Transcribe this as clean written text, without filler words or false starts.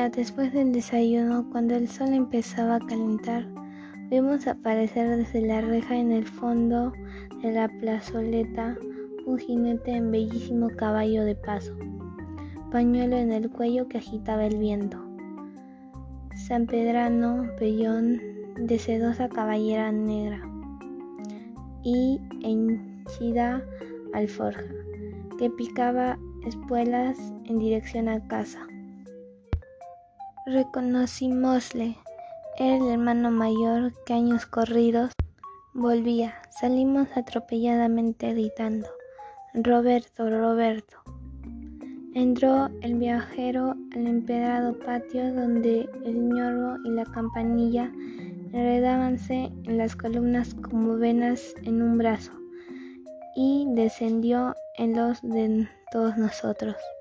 día, después del desayuno, cuando el sol empezaba a calentar, vimos aparecer desde la reja en el fondo de la plazoleta un jinete en bellísimo caballo de paso, pañuelo en el cuello que agitaba el viento. Sanpedrano, vellón de sedosa cabellera negra y henchida alforja, que picaba espuelas en dirección a casa. Reconocimosle, era el hermano mayor que años corridos volvía. Salimos atropelladamente gritando: «Roberto, Roberto». Entró el viajero al empedrado patio donde el ñorbo y la campanilla enredábanse en las columnas como venas en un brazo, y descendió en los de todos nosotros.